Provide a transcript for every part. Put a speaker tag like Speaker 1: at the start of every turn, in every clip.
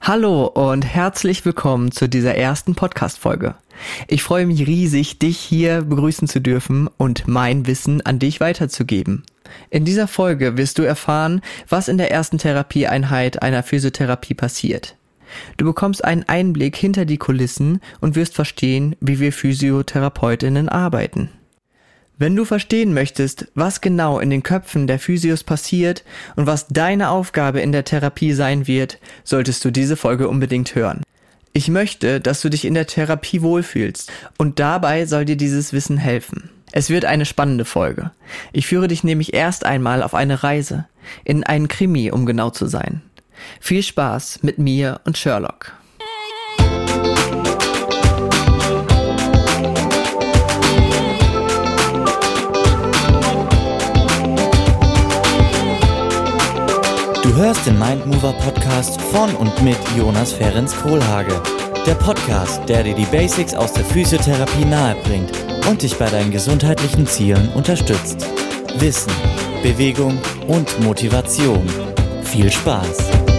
Speaker 1: Hallo und herzlich willkommen zu dieser ersten Podcast-Folge. Ich freue mich riesig, dich hier begrüßen zu dürfen und mein Wissen an dich weiterzugeben. In dieser Folge wirst du erfahren, was in der ersten Therapieeinheit einer Physiotherapie passiert. Du bekommst einen Einblick hinter die Kulissen und wirst verstehen, wie wir PhysiotherapeutInnen arbeiten. Wenn du verstehen möchtest, was genau in den Köpfen der Physios passiert und was deine Aufgabe in der Therapie sein wird, solltest du diese Folge unbedingt hören. Ich möchte, dass du dich in der Therapie wohlfühlst und dabei soll dir dieses Wissen helfen. Es wird eine spannende Folge. Ich führe dich nämlich erst einmal auf eine Reise, in einen Krimi, um genau zu sein. Viel Spaß mit mir und Sherlock.
Speaker 2: Du hörst den Mindmover-Podcast von und mit Jonas Ferenc-Kohlhage. Der Podcast, der dir die Basics aus der Physiotherapie nahebringt und dich bei deinen gesundheitlichen Zielen unterstützt. Wissen, Bewegung und Motivation. Viel Spaß!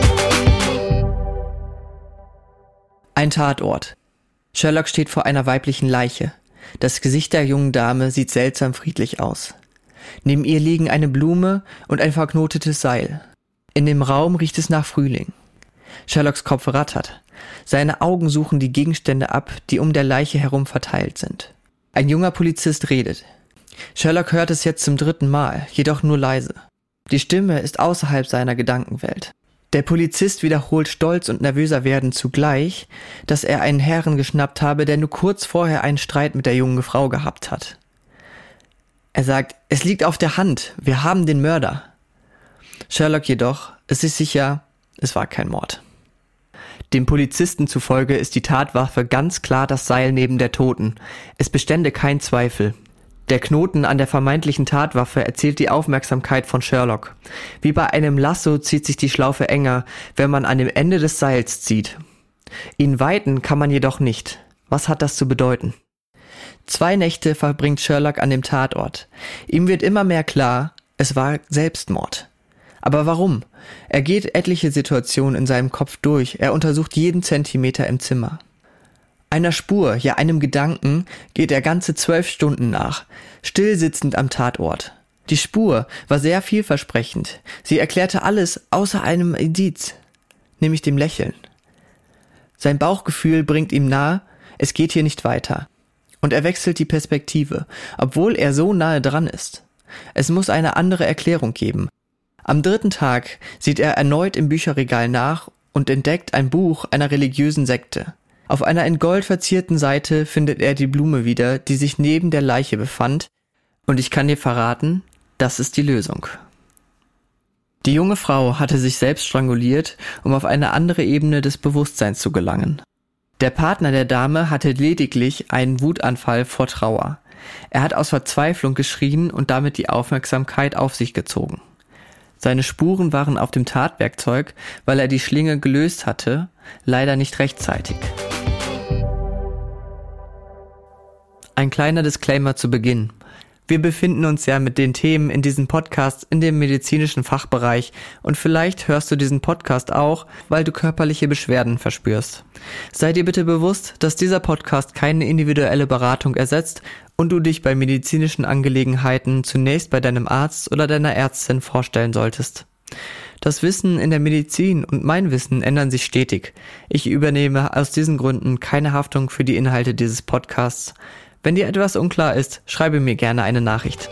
Speaker 1: Ein Tatort. Sherlock steht vor einer weiblichen Leiche. Das Gesicht der jungen Dame sieht seltsam friedlich aus. Neben ihr liegen eine Blume und ein verknotetes Seil. In dem Raum riecht es nach Frühling. Sherlocks Kopf rattert. Seine Augen suchen die Gegenstände ab, die um der Leiche herum verteilt sind. Ein junger Polizist redet. Sherlock hört es jetzt zum 3. Mal, jedoch nur leise. Die Stimme ist außerhalb seiner Gedankenwelt. Der Polizist wiederholt stolz und nervöser werdend zugleich, dass er einen Herrn geschnappt habe, der nur kurz vorher einen Streit mit der jungen Frau gehabt hat. Er sagt, es liegt auf der Hand, wir haben den Mörder. Sherlock jedoch, es ist sicher, es war kein Mord. Dem Polizisten zufolge ist die Tatwaffe ganz klar das Seil neben der Toten. Es bestände kein Zweifel. Der Knoten an der vermeintlichen Tatwaffe erzählt die Aufmerksamkeit von Sherlock. Wie bei einem Lasso zieht sich die Schlaufe enger, wenn man an dem Ende des Seils zieht. Ihn weiten kann man jedoch nicht. Was hat das zu bedeuten? 2 Nächte verbringt Sherlock an dem Tatort. Ihm wird immer mehr klar, es war Selbstmord. Aber warum? Er geht etliche Situationen in seinem Kopf durch, er untersucht jeden Zentimeter im Zimmer. Einer Spur, ja einem Gedanken, geht er ganze 12 Stunden nach, still sitzend am Tatort. Die Spur war sehr vielversprechend, sie erklärte alles außer einem Indiz, nämlich dem Lächeln. Sein Bauchgefühl bringt ihm nahe, es geht hier nicht weiter. Und er wechselt die Perspektive, obwohl er so nahe dran ist. Es muss eine andere Erklärung geben. Am 3. Tag sieht er erneut im Bücherregal nach und entdeckt ein Buch einer religiösen Sekte. Auf einer in Gold verzierten Seite findet er die Blume wieder, die sich neben der Leiche befand, und ich kann dir verraten, das ist die Lösung. Die junge Frau hatte sich selbst stranguliert, um auf eine andere Ebene des Bewusstseins zu gelangen. Der Partner der Dame hatte lediglich einen Wutanfall vor Trauer. Er hat aus Verzweiflung geschrien und damit die Aufmerksamkeit auf sich gezogen. Seine Spuren waren auf dem Tatwerkzeug, weil er die Schlinge gelöst hatte, leider nicht rechtzeitig. Ein kleiner Disclaimer zu Beginn. Wir befinden uns ja mit den Themen in diesem Podcast in dem medizinischen Fachbereich und vielleicht hörst du diesen Podcast auch, weil du körperliche Beschwerden verspürst. Sei dir bitte bewusst, dass dieser Podcast keine individuelle Beratung ersetzt und du dich bei medizinischen Angelegenheiten zunächst bei deinem Arzt oder deiner Ärztin vorstellen solltest. Das Wissen in der Medizin und mein Wissen ändern sich stetig. Ich übernehme aus diesen Gründen keine Haftung für die Inhalte dieses Podcasts. Wenn dir etwas unklar ist, schreibe mir gerne eine Nachricht.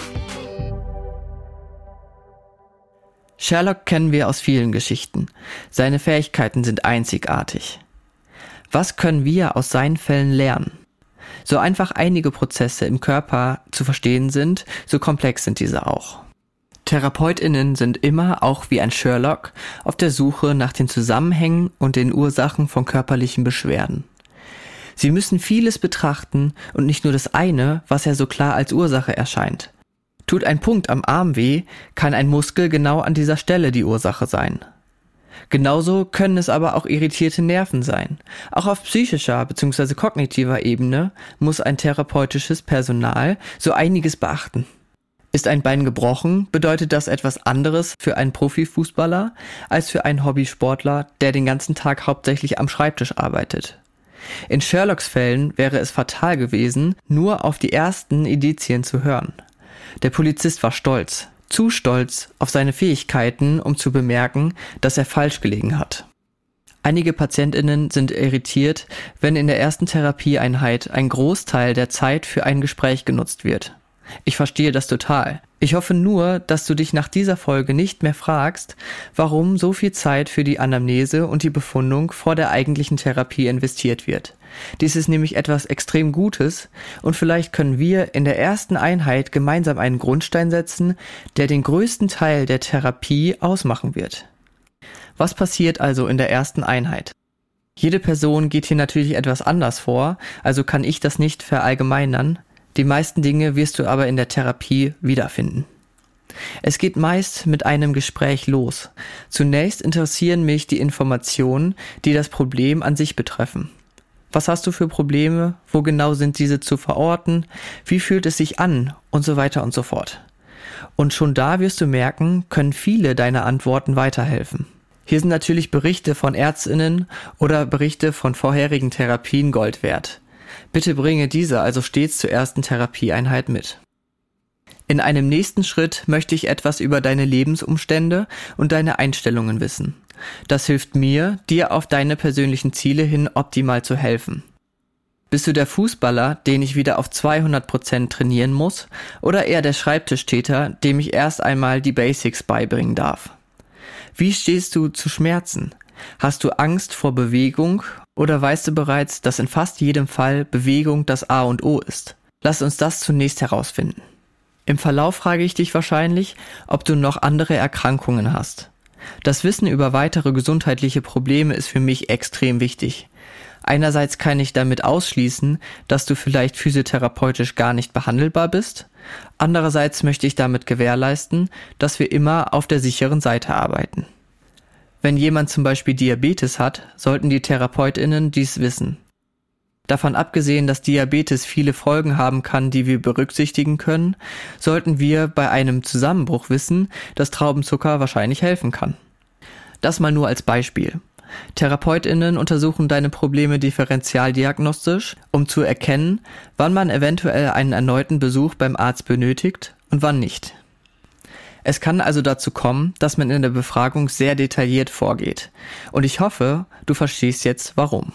Speaker 1: Sherlock kennen wir aus vielen Geschichten. Seine Fähigkeiten sind einzigartig. Was können wir aus seinen Fällen lernen? So einfach einige Prozesse im Körper zu verstehen sind, so komplex sind diese auch. TherapeutInnen sind immer, auch wie ein Sherlock, auf der Suche nach den Zusammenhängen und den Ursachen von körperlichen Beschwerden. Sie müssen vieles betrachten und nicht nur das eine, was ja so klar als Ursache erscheint. Tut ein Punkt am Arm weh, kann ein Muskel genau an dieser Stelle die Ursache sein. Genauso können es aber auch irritierte Nerven sein. Auch auf psychischer bzw. kognitiver Ebene muss ein therapeutisches Personal so einiges beachten. Ist ein Bein gebrochen, bedeutet das etwas anderes für einen Profifußballer als für einen Hobbysportler, der den ganzen Tag hauptsächlich am Schreibtisch arbeitet. In Sherlocks Fällen wäre es fatal gewesen, nur auf die ersten Indizien zu hören. Der Polizist war stolz, zu stolz auf seine Fähigkeiten, um zu bemerken, dass er falsch gelegen hat. Einige PatientInnen sind irritiert, wenn in der ersten Therapieeinheit ein Großteil der Zeit für ein Gespräch genutzt wird. Ich verstehe das total. Ich hoffe nur, dass du dich nach dieser Folge nicht mehr fragst, warum so viel Zeit für die Anamnese und die Befundung vor der eigentlichen Therapie investiert wird. Dies ist nämlich etwas extrem Gutes und vielleicht können wir in der ersten Einheit gemeinsam einen Grundstein setzen, der den größten Teil der Therapie ausmachen wird. Was passiert also in der ersten Einheit? Jede Person geht hier natürlich etwas anders vor, also kann ich das nicht verallgemeinern. Die meisten Dinge wirst du aber in der Therapie wiederfinden. Es geht meist mit einem Gespräch los. Zunächst interessieren mich die Informationen, die das Problem an sich betreffen. Was hast du für Probleme? Wo genau sind diese zu verorten? Wie fühlt es sich an? Und so weiter und so fort. Und schon da wirst du merken, können viele deiner Antworten weiterhelfen. Hier sind natürlich Berichte von ÄrztInnen oder Berichte von vorherigen Therapien Gold wert. Bitte bringe diese also stets zur ersten Therapieeinheit mit. In einem nächsten Schritt möchte ich etwas über deine Lebensumstände und deine Einstellungen wissen. Das hilft mir, dir auf deine persönlichen Ziele hin optimal zu helfen. Bist du der Fußballer, den ich wieder auf 200% trainieren muss, oder eher der Schreibtischtäter, dem ich erst einmal die Basics beibringen darf? Wie stehst du zu Schmerzen? Hast du Angst vor Bewegung oder weißt du bereits, dass in fast jedem Fall Bewegung das A und O ist? Lass uns das zunächst herausfinden. Im Verlauf frage ich dich wahrscheinlich, ob du noch andere Erkrankungen hast. Das Wissen über weitere gesundheitliche Probleme ist für mich extrem wichtig. Einerseits kann ich damit ausschließen, dass du vielleicht physiotherapeutisch gar nicht behandelbar bist. Andererseits möchte ich damit gewährleisten, dass wir immer auf der sicheren Seite arbeiten. Wenn jemand zum Beispiel Diabetes hat, sollten die TherapeutInnen dies wissen. Davon abgesehen, dass Diabetes viele Folgen haben kann, die wir berücksichtigen können, sollten wir bei einem Zusammenbruch wissen, dass Traubenzucker wahrscheinlich helfen kann. Das mal nur als Beispiel. TherapeutInnen untersuchen deine Probleme differentialdiagnostisch, um zu erkennen, wann man eventuell einen erneuten Besuch beim Arzt benötigt und wann nicht. Es kann also dazu kommen, dass man in der Befragung sehr detailliert vorgeht. Und ich hoffe, du verstehst jetzt warum.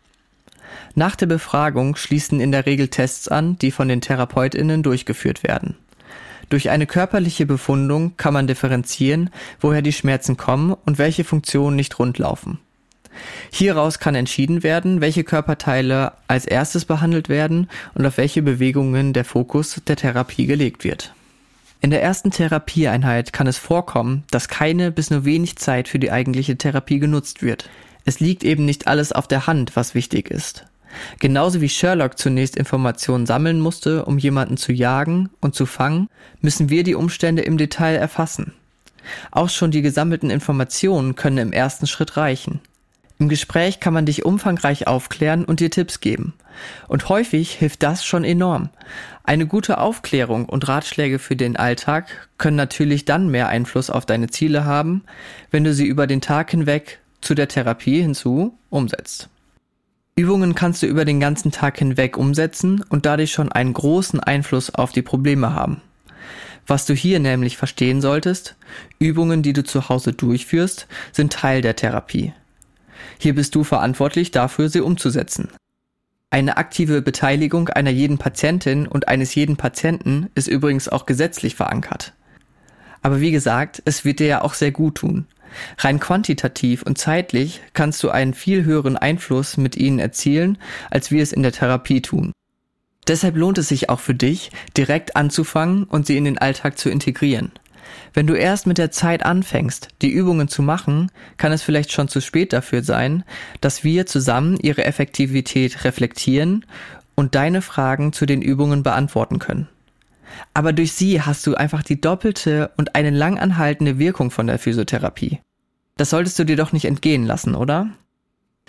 Speaker 1: Nach der Befragung schließen in der Regel Tests an, die von den TherapeutInnen durchgeführt werden. Durch eine körperliche Befundung kann man differenzieren, woher die Schmerzen kommen und welche Funktionen nicht rund laufen. Hieraus kann entschieden werden, welche Körperteile als erstes behandelt werden und auf welche Bewegungen der Fokus der Therapie gelegt wird. In der ersten Therapieeinheit kann es vorkommen, dass keine bis nur wenig Zeit für die eigentliche Therapie genutzt wird. Es liegt eben nicht alles auf der Hand, was wichtig ist. Genauso wie Sherlock zunächst Informationen sammeln musste, um jemanden zu jagen und zu fangen, müssen wir die Umstände im Detail erfassen. Auch schon die gesammelten Informationen können im ersten Schritt reichen. Im Gespräch kann man dich umfangreich aufklären und dir Tipps geben. Und häufig hilft das schon enorm. Eine gute Aufklärung und Ratschläge für den Alltag können natürlich dann mehr Einfluss auf deine Ziele haben, wenn du sie über den Tag hinweg zu der Therapie hinzu umsetzt. Übungen kannst du über den ganzen Tag hinweg umsetzen und dadurch schon einen großen Einfluss auf die Probleme haben. Was du hier nämlich verstehen solltest, Übungen, die du zu Hause durchführst, sind Teil der Therapie. Hier bist du verantwortlich dafür, sie umzusetzen. Eine aktive Beteiligung einer jeden Patientin und eines jeden Patienten ist übrigens auch gesetzlich verankert. Aber wie gesagt, es wird dir ja auch sehr gut tun. Rein quantitativ und zeitlich kannst du einen viel höheren Einfluss mit ihnen erzielen, als wir es in der Therapie tun. Deshalb lohnt es sich auch für dich, direkt anzufangen und sie in den Alltag zu integrieren. Wenn du erst mit der Zeit anfängst, die Übungen zu machen, kann es vielleicht schon zu spät dafür sein, dass wir zusammen ihre Effektivität reflektieren und deine Fragen zu den Übungen beantworten können. Aber durch sie hast du einfach die doppelte und eine lang anhaltende Wirkung von der Physiotherapie. Das solltest du dir doch nicht entgehen lassen, oder?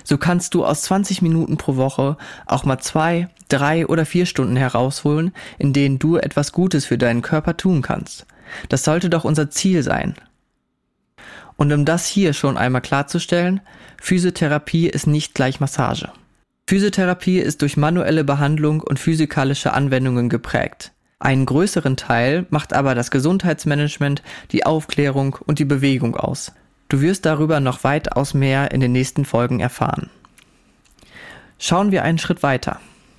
Speaker 1: So kannst du aus 20 Minuten pro Woche auch mal 2, 3 oder 4 Stunden herausholen, in denen du etwas Gutes für deinen Körper tun kannst. Das sollte doch unser Ziel sein. Und um das hier schon einmal klarzustellen, Physiotherapie ist nicht gleich Massage. Physiotherapie ist durch manuelle Behandlung und physikalische Anwendungen geprägt. Einen größeren Teil macht aber das Gesundheitsmanagement, die Aufklärung und die Bewegung aus. Du wirst darüber noch weitaus mehr in den nächsten Folgen erfahren. Schauen wir einen Schritt weiter.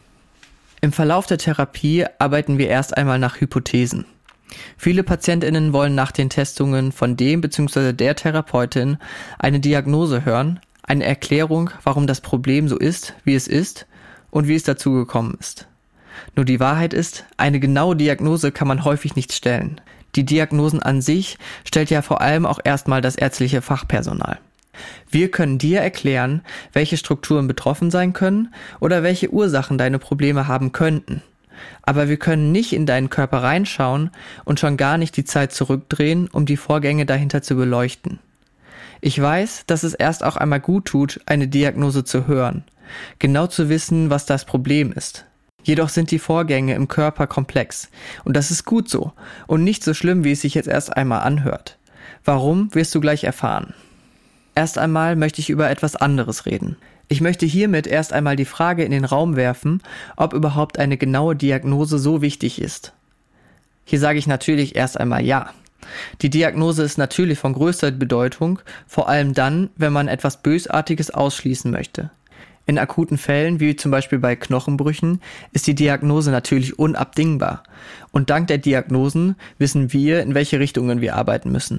Speaker 1: Im Verlauf der Therapie arbeiten wir erst einmal nach Hypothesen. Viele PatientInnen wollen nach den Testungen von dem bzw. der Therapeutin eine Diagnose hören, eine Erklärung, warum das Problem so ist, wie es ist und wie es dazu gekommen ist. Nur die Wahrheit ist, eine genaue Diagnose kann man häufig nicht stellen. Die Diagnosen an sich stellt ja vor allem auch erstmal das ärztliche Fachpersonal. Wir können dir erklären, welche Strukturen betroffen sein können oder welche Ursachen deine Probleme haben könnten. Aber wir können nicht in deinen Körper reinschauen und schon gar nicht die Zeit zurückdrehen, um die Vorgänge dahinter zu beleuchten. Ich weiß, dass es erst auch einmal gut tut, eine Diagnose zu hören, genau zu wissen, was das Problem ist. Jedoch sind die Vorgänge im Körper komplex und das ist gut so und nicht so schlimm, wie es sich jetzt erst einmal anhört. Warum, wirst du gleich erfahren. Erst einmal möchte ich über etwas anderes reden. Ich möchte hiermit erst einmal die Frage in den Raum werfen, ob überhaupt eine genaue Diagnose so wichtig ist. Hier sage ich natürlich erst einmal ja. Die Diagnose ist natürlich von größter Bedeutung, vor allem dann, wenn man etwas Bösartiges ausschließen möchte. In akuten Fällen, wie zum Beispiel bei Knochenbrüchen, ist die Diagnose natürlich unabdingbar. Und dank der Diagnosen wissen wir, in welche Richtungen wir arbeiten müssen.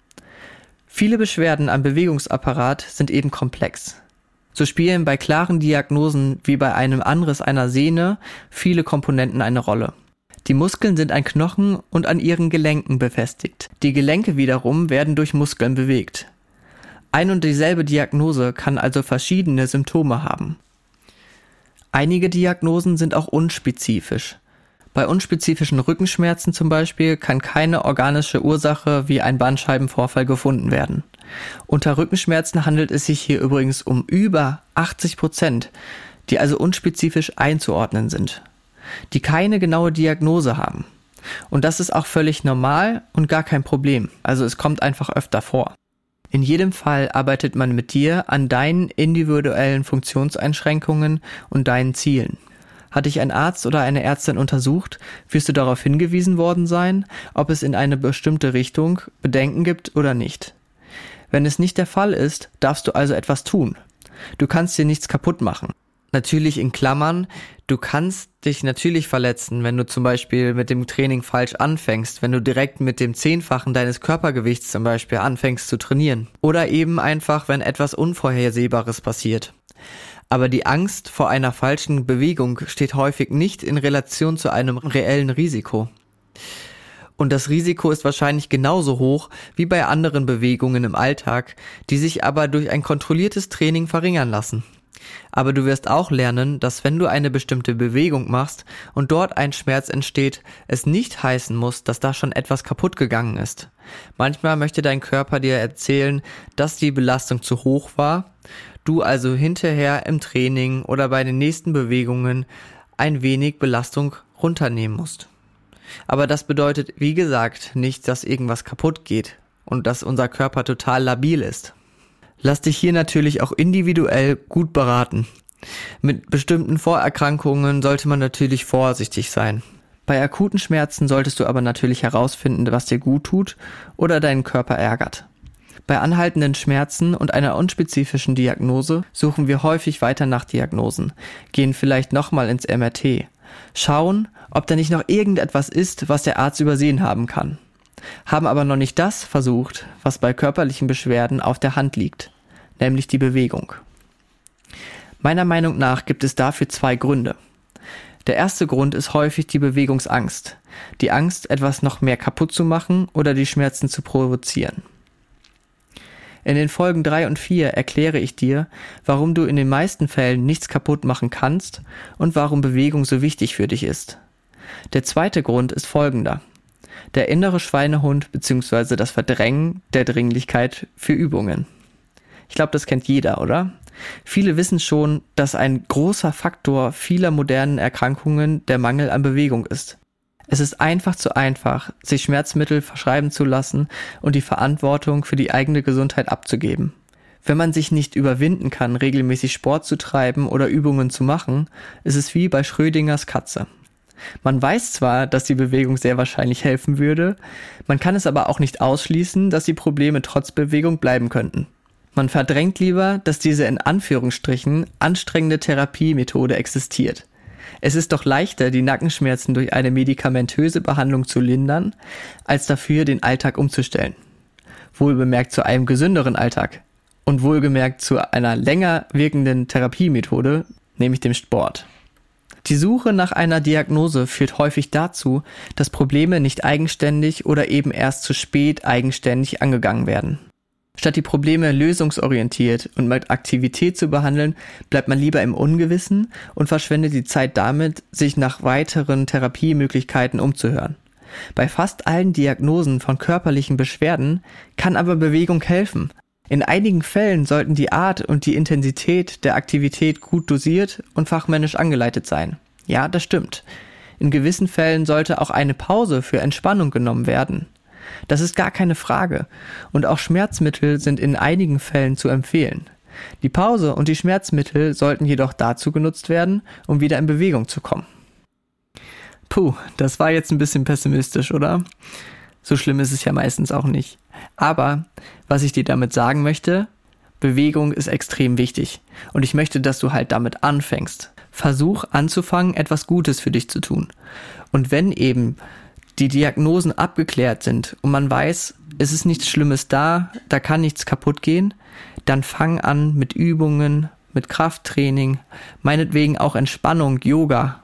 Speaker 1: Viele Beschwerden am Bewegungsapparat sind eben komplex. So spielen bei klaren Diagnosen wie bei einem Anriss einer Sehne viele Komponenten eine Rolle. Die Muskeln sind an Knochen und an ihren Gelenken befestigt. Die Gelenke wiederum werden durch Muskeln bewegt. Ein und dieselbe Diagnose kann also verschiedene Symptome haben. Einige Diagnosen sind auch unspezifisch. Bei unspezifischen Rückenschmerzen zum Beispiel kann keine organische Ursache wie ein Bandscheibenvorfall gefunden werden. Unter Rückenschmerzen handelt es sich hier übrigens um über 80%, die also unspezifisch einzuordnen sind, die keine genaue Diagnose haben. Und das ist auch völlig normal und gar kein Problem, also es kommt einfach öfter vor. In jedem Fall arbeitet man mit dir an deinen individuellen Funktionseinschränkungen und deinen Zielen. Hat dich ein Arzt oder eine Ärztin untersucht, wirst du darauf hingewiesen worden sein, ob es in eine bestimmte Richtung Bedenken gibt oder nicht. Wenn es nicht der Fall ist, darfst du also etwas tun. Du kannst dir nichts kaputt machen. Natürlich in Klammern, du kannst dich natürlich verletzen, wenn du zum Beispiel mit dem Training falsch anfängst, wenn du direkt mit dem 10-fachen deines Körpergewichts zum Beispiel anfängst zu trainieren. Oder eben einfach, wenn etwas Unvorhersehbares passiert. Aber die Angst vor einer falschen Bewegung steht häufig nicht in Relation zu einem reellen Risiko. Und das Risiko ist wahrscheinlich genauso hoch wie bei anderen Bewegungen im Alltag, die sich aber durch ein kontrolliertes Training verringern lassen. Aber du wirst auch lernen, dass wenn du eine bestimmte Bewegung machst und dort ein Schmerz entsteht, es nicht heißen muss, dass da schon etwas kaputt gegangen ist. Manchmal möchte dein Körper dir erzählen, dass die Belastung zu hoch war, du also hinterher im Training oder bei den nächsten Bewegungen ein wenig Belastung runternehmen musst. Aber das bedeutet, wie gesagt, nicht, dass irgendwas kaputt geht und dass unser Körper total labil ist. Lass dich hier natürlich auch individuell gut beraten. Mit bestimmten Vorerkrankungen sollte man natürlich vorsichtig sein. Bei akuten Schmerzen solltest du aber natürlich herausfinden, was dir gut tut oder deinen Körper ärgert. Bei anhaltenden Schmerzen und einer unspezifischen Diagnose suchen wir häufig weiter nach Diagnosen, gehen vielleicht nochmal ins MRT, schauen, ob da nicht noch irgendetwas ist, was der Arzt übersehen haben kann. Haben aber noch nicht das versucht, was bei körperlichen Beschwerden auf der Hand liegt, nämlich die Bewegung. Meiner Meinung nach gibt es dafür 2 Gründe. Der erste Grund ist häufig die Bewegungsangst, die Angst, etwas noch mehr kaputt zu machen oder die Schmerzen zu provozieren. In den Folgen 3 und 4 erkläre ich dir, warum du in den meisten Fällen nichts kaputt machen kannst und warum Bewegung so wichtig für dich ist. Der zweite Grund ist folgender: der innere Schweinehund bzw. das Verdrängen der Dringlichkeit für Übungen. Ich glaube, das kennt jeder, oder? Viele wissen schon, dass ein großer Faktor vieler modernen Erkrankungen der Mangel an Bewegung ist. Es ist einfach zu einfach, sich Schmerzmittel verschreiben zu lassen und die Verantwortung für die eigene Gesundheit abzugeben. Wenn man sich nicht überwinden kann, regelmäßig Sport zu treiben oder Übungen zu machen, ist es wie bei Schrödingers Katze. Man weiß zwar, dass die Bewegung sehr wahrscheinlich helfen würde, man kann es aber auch nicht ausschließen, dass die Probleme trotz Bewegung bleiben könnten. Man verdrängt lieber, dass diese in Anführungsstrichen anstrengende Therapiemethode existiert. Es ist doch leichter, die Nackenschmerzen durch eine medikamentöse Behandlung zu lindern, als dafür den Alltag umzustellen. Wohlbemerkt zu einem gesünderen Alltag und wohlgemerkt zu einer länger wirkenden Therapiemethode, nämlich dem Sport. Die Suche nach einer Diagnose führt häufig dazu, dass Probleme nicht eigenständig oder eben erst zu spät eigenständig angegangen werden. Statt die Probleme lösungsorientiert und mit Aktivität zu behandeln, bleibt man lieber im Ungewissen und verschwendet die Zeit damit, sich nach weiteren Therapiemöglichkeiten umzuhören. Bei fast allen Diagnosen von körperlichen Beschwerden kann aber Bewegung helfen. In einigen Fällen sollten die Art und die Intensität der Aktivität gut dosiert und fachmännisch angeleitet sein. Ja, das stimmt. In gewissen Fällen sollte auch eine Pause für Entspannung genommen werden. Das ist gar keine Frage. Und auch Schmerzmittel sind in einigen Fällen zu empfehlen. Die Pause und die Schmerzmittel sollten jedoch dazu genutzt werden, um wieder in Bewegung zu kommen. Puh, das war jetzt ein bisschen pessimistisch, oder? So schlimm ist es ja meistens auch nicht. Aber, was ich dir damit sagen möchte, Bewegung ist extrem wichtig. Und ich möchte, dass du halt damit anfängst. Versuch anzufangen, etwas Gutes für dich zu tun. Und wenn eben die Diagnosen abgeklärt sind und man weiß, es ist nichts Schlimmes da kann nichts kaputt gehen, dann fang an mit Übungen, mit Krafttraining, meinetwegen auch Entspannung, Yoga.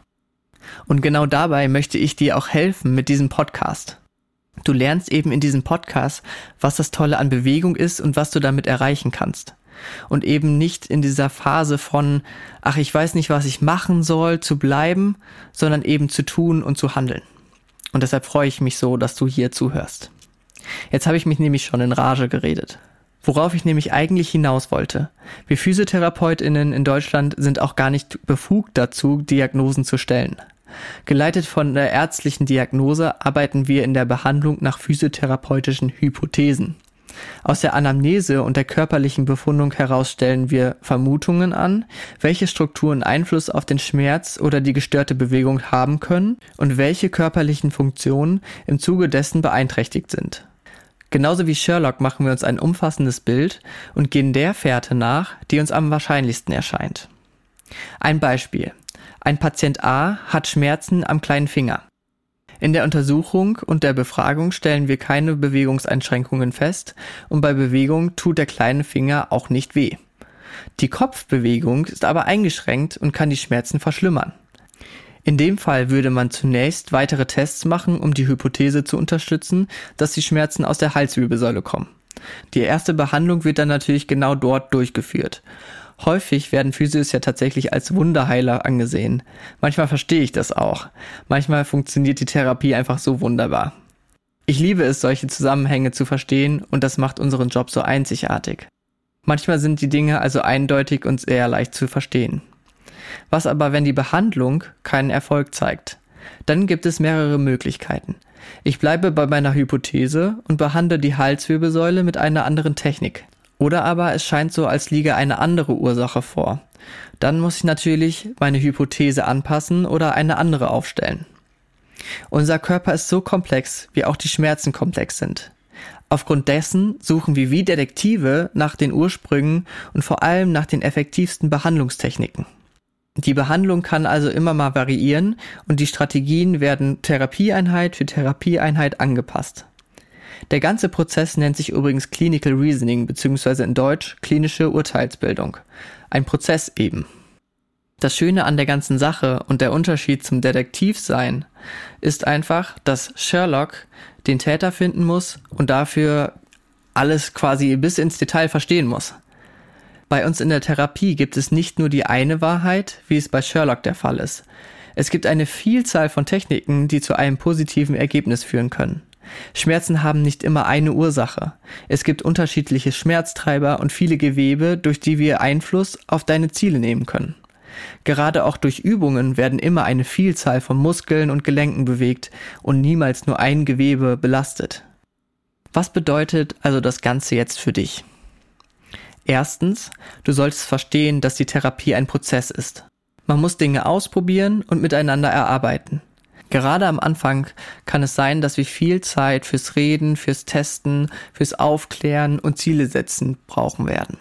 Speaker 1: Und genau dabei möchte ich dir auch helfen mit diesem Podcast. Du lernst eben in diesem Podcast, was das Tolle an Bewegung ist und was du damit erreichen kannst. Und eben nicht in dieser Phase von, ach, ich weiß nicht, was ich machen soll, zu bleiben, sondern eben zu tun und zu handeln. Und deshalb freue ich mich so, dass du hier zuhörst. Jetzt habe ich mich nämlich schon in Rage geredet. Worauf ich nämlich eigentlich hinaus wollte. Wir PhysiotherapeutInnen in Deutschland sind auch gar nicht befugt dazu, Diagnosen zu stellen. Geleitet von der ärztlichen Diagnose arbeiten wir in der Behandlung nach physiotherapeutischen Hypothesen. Aus der Anamnese und der körperlichen Befundung heraus stellen wir Vermutungen an, welche Strukturen Einfluss auf den Schmerz oder die gestörte Bewegung haben können und welche körperlichen Funktionen im Zuge dessen beeinträchtigt sind. Genauso wie Sherlock machen wir uns ein umfassendes Bild und gehen der Fährte nach, die uns am wahrscheinlichsten erscheint. Ein Beispiel. Ein Patient A hat Schmerzen am kleinen Finger. In der Untersuchung und der Befragung stellen wir keine Bewegungseinschränkungen fest und bei Bewegung tut der kleine Finger auch nicht weh. Die Kopfbewegung ist aber eingeschränkt und kann die Schmerzen verschlimmern. In dem Fall würde man zunächst weitere Tests machen, um die Hypothese zu unterstützen, dass die Schmerzen aus der Halswirbelsäule kommen. Die erste Behandlung wird dann natürlich genau dort durchgeführt. Häufig werden Physios ja tatsächlich als Wunderheiler angesehen. Manchmal verstehe ich das auch. Manchmal funktioniert die Therapie einfach so wunderbar. Ich liebe es, solche Zusammenhänge zu verstehen und das macht unseren Job so einzigartig. Manchmal sind die Dinge also eindeutig und sehr leicht zu verstehen. Was aber, wenn die Behandlung keinen Erfolg zeigt? Dann gibt es mehrere Möglichkeiten. Ich bleibe bei meiner Hypothese und behandle die Halswirbelsäule mit einer anderen Technik. Oder aber es scheint so, als liege eine andere Ursache vor. Dann muss ich natürlich meine Hypothese anpassen oder eine andere aufstellen. Unser Körper ist so komplex, wie auch die Schmerzen komplex sind. Aufgrund dessen suchen wir wie Detektive nach den Ursprüngen und vor allem nach den effektivsten Behandlungstechniken. Die Behandlung kann also immer mal variieren und die Strategien werden Therapieeinheit für Therapieeinheit angepasst. Der ganze Prozess nennt sich übrigens Clinical Reasoning bzw. in Deutsch klinische Urteilsbildung. Ein Prozess eben. Das Schöne an der ganzen Sache und der Unterschied zum Detektivsein ist einfach, dass Sherlock den Täter finden muss und dafür alles quasi bis ins Detail verstehen muss. Bei uns in der Therapie gibt es nicht nur die eine Wahrheit, wie es bei Sherlock der Fall ist. Es gibt eine Vielzahl von Techniken, die zu einem positiven Ergebnis führen können. Schmerzen haben nicht immer eine Ursache. Es gibt unterschiedliche Schmerztreiber und viele Gewebe, durch die wir Einfluss auf deine Ziele nehmen können. Gerade auch durch Übungen werden immer eine Vielzahl von Muskeln und Gelenken bewegt und niemals nur ein Gewebe belastet. Was bedeutet also das Ganze jetzt für dich? Erstens, du solltest verstehen, dass die Therapie ein Prozess ist. Man muss Dinge ausprobieren und miteinander erarbeiten. Gerade am Anfang kann es sein, dass wir viel Zeit fürs Reden, fürs Testen, fürs Aufklären und Ziele setzen brauchen werden.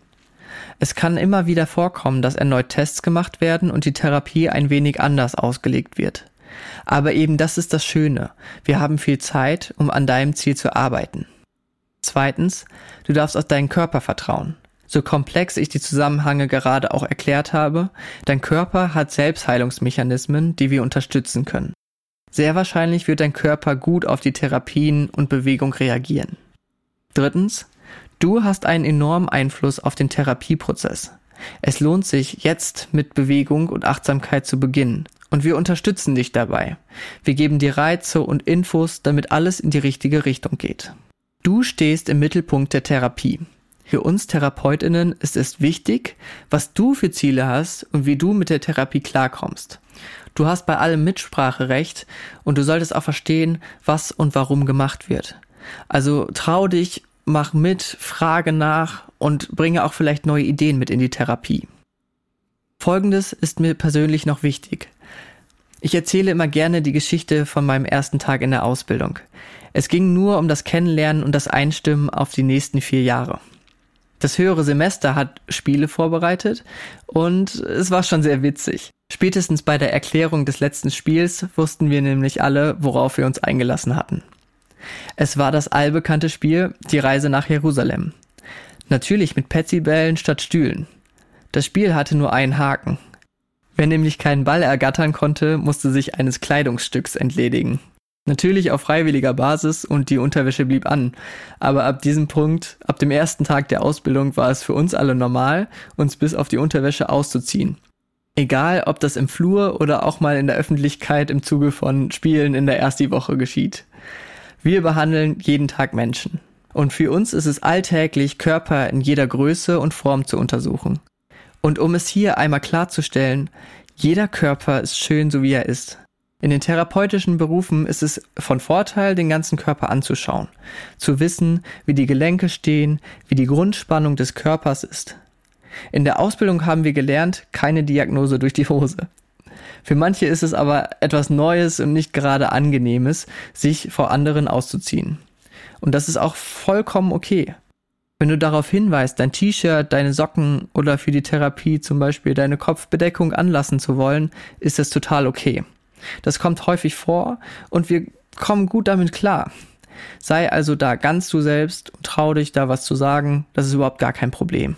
Speaker 1: Es kann immer wieder vorkommen, dass erneut Tests gemacht werden und die Therapie ein wenig anders ausgelegt wird. Aber eben das ist das Schöne. Wir haben viel Zeit, um an deinem Ziel zu arbeiten. Zweitens, du darfst auf deinen Körper vertrauen. So komplex ich die Zusammenhänge gerade auch erklärt habe, dein Körper hat Selbstheilungsmechanismen, die wir unterstützen können. Sehr wahrscheinlich wird dein Körper gut auf die Therapien und Bewegung reagieren. Drittens, du hast einen enormen Einfluss auf den Therapieprozess. Es lohnt sich, jetzt mit Bewegung und Achtsamkeit zu beginnen. Und wir unterstützen dich dabei. Wir geben dir Reize und Infos, damit alles in die richtige Richtung geht. Du stehst im Mittelpunkt der Therapie. Für uns TherapeutInnen ist es wichtig, was du für Ziele hast und wie du mit der Therapie klarkommst. Du hast bei allem Mitspracherecht und du solltest auch verstehen, was und warum gemacht wird. Also trau dich, mach mit, frage nach und bringe auch vielleicht neue Ideen mit in die Therapie. Folgendes ist mir persönlich noch wichtig. Ich erzähle immer gerne die Geschichte von meinem ersten Tag in der Ausbildung. Es ging nur um das Kennenlernen und das Einstimmen auf die nächsten 4 Jahre. Das höhere Semester hat Spiele vorbereitet und es war schon sehr witzig. Spätestens bei der Erklärung des letzten Spiels wussten wir nämlich alle, worauf wir uns eingelassen hatten. Es war das allbekannte Spiel Die Reise nach Jerusalem. Natürlich mit Petsybällen statt Stühlen. Das Spiel hatte nur einen Haken. Wer nämlich keinen Ball ergattern konnte, musste sich eines Kleidungsstücks entledigen. Natürlich auf freiwilliger Basis und die Unterwäsche blieb an. Aber ab diesem Punkt, ab dem ersten Tag der Ausbildung, war es für uns alle normal, uns bis auf die Unterwäsche auszuziehen. Egal, ob das im Flur oder auch mal in der Öffentlichkeit im Zuge von Spielen in der Ersti-Woche geschieht. Wir behandeln jeden Tag Menschen. Und für uns ist es alltäglich, Körper in jeder Größe und Form zu untersuchen. Und um es hier einmal klarzustellen, jeder Körper ist schön, so wie er ist. In den therapeutischen Berufen ist es von Vorteil, den ganzen Körper anzuschauen, zu wissen, wie die Gelenke stehen, wie die Grundspannung des Körpers ist. In der Ausbildung haben wir gelernt, keine Diagnose durch die Hose. Für manche ist es aber etwas Neues und nicht gerade Angenehmes, sich vor anderen auszuziehen. Und das ist auch vollkommen okay. Wenn du darauf hinweist, dein T-Shirt, deine Socken oder für die Therapie zum Beispiel deine Kopfbedeckung anlassen zu wollen, ist das total okay. Das kommt häufig vor und wir kommen gut damit klar. Sei also da ganz du selbst und trau dich, da was zu sagen, das ist überhaupt gar kein Problem.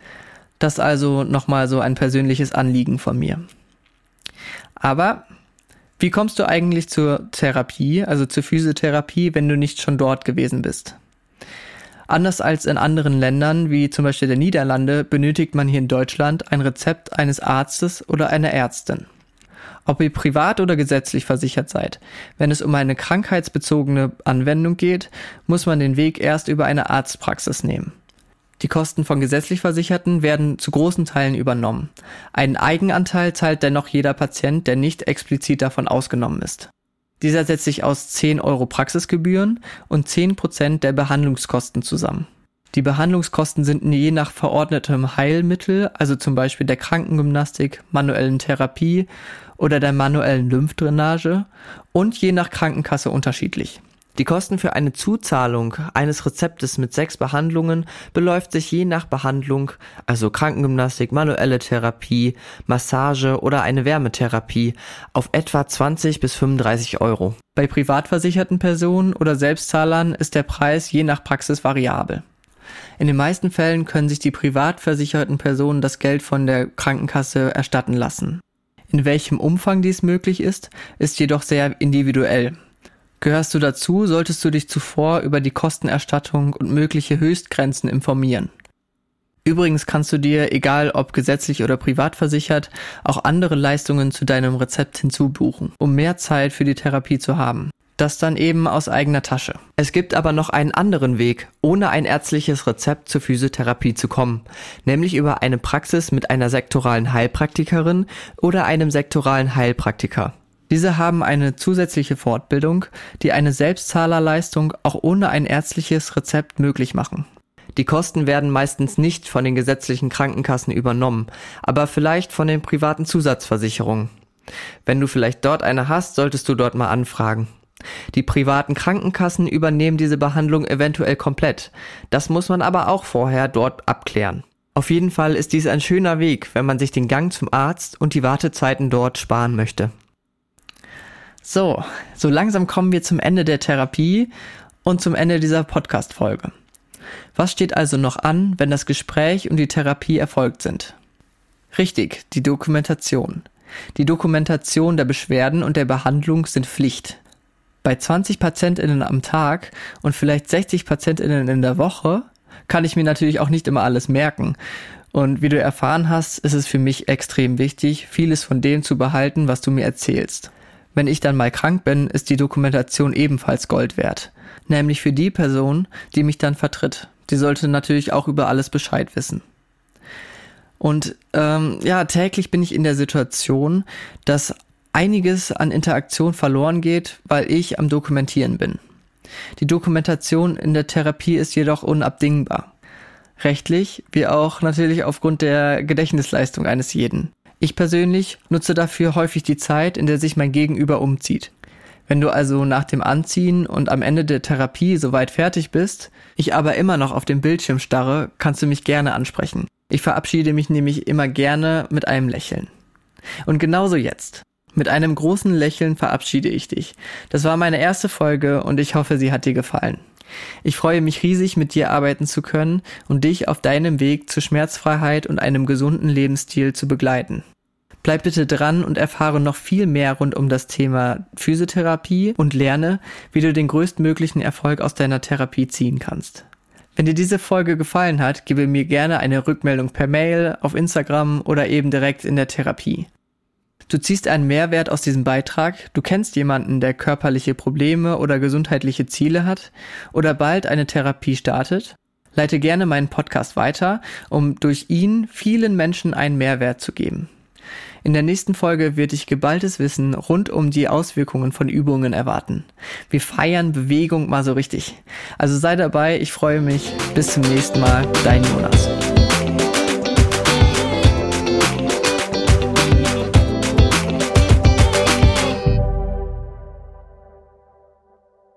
Speaker 1: Das also nochmal so ein persönliches Anliegen von mir. Aber wie kommst du eigentlich zur Therapie, also zur Physiotherapie, wenn du nicht schon dort gewesen bist? Anders als in anderen Ländern, wie zum Beispiel der Niederlande, benötigt man hier in Deutschland ein Rezept eines Arztes oder einer Ärztin. Ob ihr privat oder gesetzlich versichert seid, wenn es um eine krankheitsbezogene Anwendung geht, muss man den Weg erst über eine Arztpraxis nehmen. Die Kosten von gesetzlich Versicherten werden zu großen Teilen übernommen. Einen Eigenanteil zahlt dennoch jeder Patient, der nicht explizit davon ausgenommen ist. Dieser setzt sich aus 10 € Praxisgebühren und 10% der Behandlungskosten zusammen. Die Behandlungskosten sind je nach verordnetem Heilmittel, also zum Beispiel der Krankengymnastik, manuellen Therapie oder der manuellen Lymphdrainage und je nach Krankenkasse unterschiedlich. Die Kosten für eine Zuzahlung eines Rezeptes mit 6 Behandlungen beläuft sich je nach Behandlung, also Krankengymnastik, manuelle Therapie, Massage oder eine Wärmetherapie, auf etwa 20 bis 35 €. Bei privat versicherten Personen oder Selbstzahlern ist der Preis je nach Praxis variabel. In den meisten Fällen können sich die privat versicherten Personen das Geld von der Krankenkasse erstatten lassen. In welchem Umfang dies möglich ist jedoch sehr individuell. Gehörst du dazu, solltest du dich zuvor über die Kostenerstattung und mögliche Höchstgrenzen informieren. Übrigens kannst du dir, egal ob gesetzlich oder privat versichert, auch andere Leistungen zu deinem Rezept hinzubuchen, um mehr Zeit für die Therapie zu haben. Das dann eben aus eigener Tasche. Es gibt aber noch einen anderen Weg, ohne ein ärztliches Rezept zur Physiotherapie zu kommen, nämlich über eine Praxis mit einer sektoralen Heilpraktikerin oder einem sektoralen Heilpraktiker. Diese haben eine zusätzliche Fortbildung, die eine Selbstzahlerleistung auch ohne ein ärztliches Rezept möglich machen. Die Kosten werden meistens nicht von den gesetzlichen Krankenkassen übernommen, aber vielleicht von den privaten Zusatzversicherungen. Wenn du vielleicht dort eine hast, solltest du dort mal anfragen. Die privaten Krankenkassen übernehmen diese Behandlung eventuell komplett. Das muss man aber auch vorher dort abklären. Auf jeden Fall ist dies ein schöner Weg, wenn man sich den Gang zum Arzt und die Wartezeiten dort sparen möchte. So langsam kommen wir zum Ende der Therapie und zum Ende dieser Podcast-Folge. Was steht also noch an, wenn das Gespräch und die Therapie erfolgt sind? Richtig, die Dokumentation. Die Dokumentation der Beschwerden und der Behandlung sind Pflicht. Bei 20 PatientInnen am Tag und vielleicht 60 PatientInnen in der Woche kann ich mir natürlich auch nicht immer alles merken. Und wie du erfahren hast, ist es für mich extrem wichtig, vieles von dem zu behalten, was du mir erzählst. Wenn ich dann mal krank bin, ist die Dokumentation ebenfalls Gold wert. Nämlich für die Person, die mich dann vertritt. Die sollte natürlich auch über alles Bescheid wissen. Und täglich bin ich in der Situation, dass einiges an Interaktion verloren geht, weil ich am Dokumentieren bin. Die Dokumentation in der Therapie ist jedoch unabdingbar. Rechtlich, wie auch natürlich aufgrund der Gedächtnisleistung eines jeden. Ich persönlich nutze dafür häufig die Zeit, in der sich mein Gegenüber umzieht. Wenn du also nach dem Anziehen und am Ende der Therapie soweit fertig bist, ich aber immer noch auf dem Bildschirm starre, kannst du mich gerne ansprechen. Ich verabschiede mich nämlich immer gerne mit einem Lächeln. Und genauso jetzt. Mit einem großen Lächeln verabschiede ich dich. Das war meine erste Folge und ich hoffe, sie hat dir gefallen. Ich freue mich riesig, mit dir arbeiten zu können und dich auf deinem Weg zur Schmerzfreiheit und einem gesunden Lebensstil zu begleiten. Bleib bitte dran und erfahre noch viel mehr rund um das Thema Physiotherapie und lerne, wie du den größtmöglichen Erfolg aus deiner Therapie ziehen kannst. Wenn dir diese Folge gefallen hat, gebe mir gerne eine Rückmeldung per Mail, auf Instagram oder eben direkt in der Therapie. Du ziehst einen Mehrwert aus diesem Beitrag, du kennst jemanden, der körperliche Probleme oder gesundheitliche Ziele hat oder bald eine Therapie startet? Leite gerne meinen Podcast weiter, um durch ihn vielen Menschen einen Mehrwert zu geben. In der nächsten Folge wird dich geballtes Wissen rund um die Auswirkungen von Übungen erwarten. Wir feiern Bewegung mal so richtig. Also sei dabei, ich freue mich. Bis zum nächsten Mal, dein Jonas.